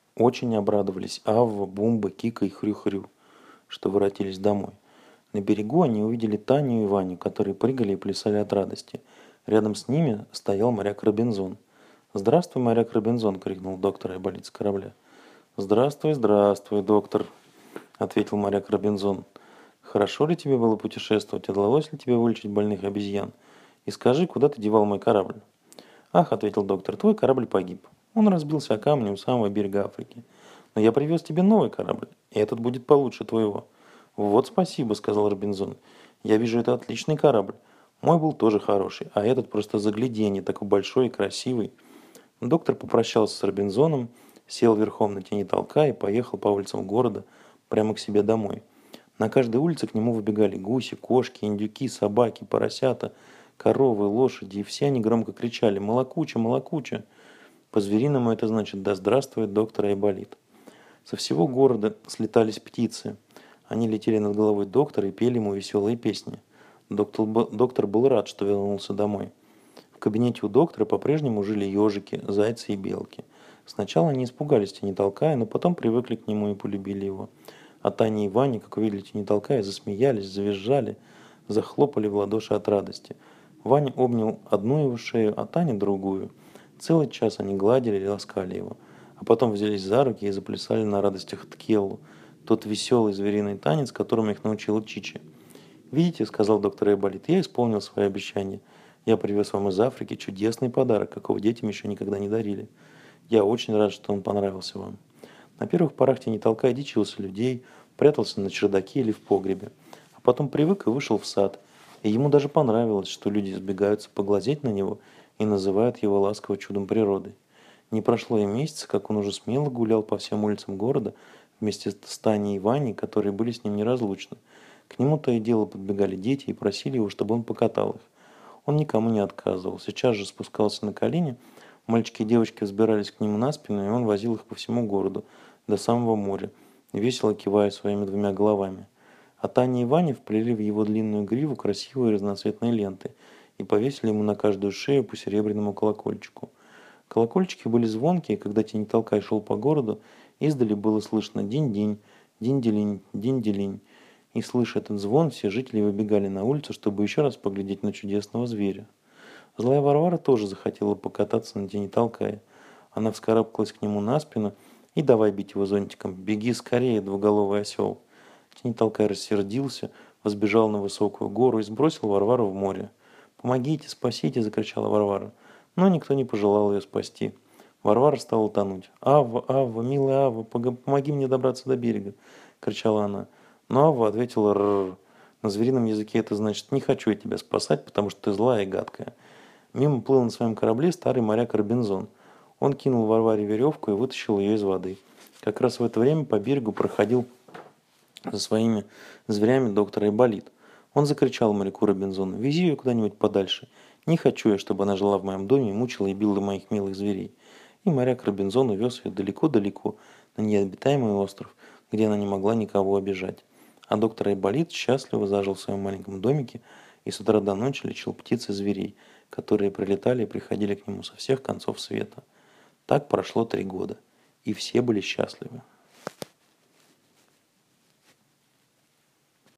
Очень обрадовались Авва, Бумба, Кика и Хрю-Хрю, что воротились домой. На берегу они увидели Таню и Ваню, которые прыгали и плясали от радости. Рядом с ними стоял моряк Робинзон. «Здравствуй, моряк Робинзон!» — крикнул доктор Айболит с корабля. «Здравствуй, здравствуй, доктор!» — ответил моряк Робинзон. «Хорошо ли тебе было путешествовать? Удалось ли тебе вылечить больных обезьян? И скажи, куда ты девал мой корабль?» «Ах!» — ответил доктор, — «твой корабль погиб. Он разбился о камни у самого берега Африки. Но я привез тебе новый корабль, и этот будет получше твоего». «Вот спасибо», — сказал Робинзон. «Я вижу, это отличный корабль. Мой был тоже хороший, а этот просто загляденье, такой большой и красивый». Доктор попрощался с Робинзоном, сел верхом на тени толка и поехал по улицам города прямо к себе домой. На каждой улице к нему выбегали гуси, кошки, индюки, собаки, поросята, коровы, лошади, и все они громко кричали «Молокуча, молокуча!». По-звериному это значит «Да здравствует доктор Айболит». Со всего города слетались птицы. Они летели над головой доктора и пели ему веселые песни. Доктор был рад, что вернулся домой. В кабинете у доктора по-прежнему жили ежики, зайцы и белки. Сначала они испугались тени толкая, но потом привыкли к нему и полюбили его. А Таня и Ваня, как увидели тени толкая, засмеялись, завизжали, захлопали в ладоши от радости. Ваня обнял одну его шею, а Таня другую. Целый час они гладили и ласкали его. А потом взялись за руки и заплясали на радостях Ткеллу, тот веселый звериный танец, которому их научила Чичи. «Видите», — сказал доктор Айболит, — «я исполнил свое обещание. Я привез вам из Африки чудесный подарок, какого детям еще никогда не дарили. Я очень рад, что он понравился вам». На первых порах тени толкая дичился людей, прятался на чердаке или в погребе. А потом привык и вышел в сад. И ему даже понравилось, что люди сбегаются поглазеть на него и называют его ласково чудом природы. Не прошло и месяца, как он уже смело гулял по всем улицам города вместе с Таней и Ваней, которые были с ним неразлучны. К нему то и дело подбегали дети и просили его, чтобы он покатал их. Он никому не отказывал, сейчас же спускался на колени, мальчики и девочки взбирались к нему на спину, и он возил их по всему городу, до самого моря, весело кивая своими двумя головами. А Таня и Ваня вплели в его длинную гриву красивые разноцветные ленты и повесили ему на каждую шею по серебряному колокольчику. Колокольчики были звонкие, когда тень толкай шел по городу, издали было слышно динь-динь, динь-делинь, динь-делинь. И, слыша этот звон, все жители выбегали на улицу, чтобы еще раз поглядеть на чудесного зверя. Злая Варвара тоже захотела покататься на тени толкая. Она вскарабкалась к нему на спину и давай бить его зонтиком. «Беги скорее, двуголовый осел!» Тень толкай рассердился, взбежал на высокую гору и сбросил Варвару в море. «Помогите, спасите!» – закричала Варвара. Но никто не пожелал ее спасти. Варвара стала тонуть. «Авва, Авва, милая Авва, помоги мне добраться до берега!» – кричала она. Но Авва ответила «Рррр». На зверином языке это значит «не хочу я тебя спасать, потому что ты злая и гадкая». Мимо плыл на своем корабле старый моряк Робинзон. Он кинул Варваре веревку и вытащил ее из воды. Как раз в это время по берегу проходил за своими зверями доктор Айболит. Он закричал моряку Робинзону: «Вези ее куда-нибудь подальше. Не хочу я, чтобы она жила в моем доме и мучила и била моих милых зверей». И моряк Робинзон увез ее далеко-далеко на необитаемый остров, где она не могла никого обижать. А доктор Айболит счастливо зажил в своем маленьком домике и с утра до ночи лечил птиц и зверей, которые прилетали и приходили к нему со всех концов света. Так прошло 3 года, и все были счастливы.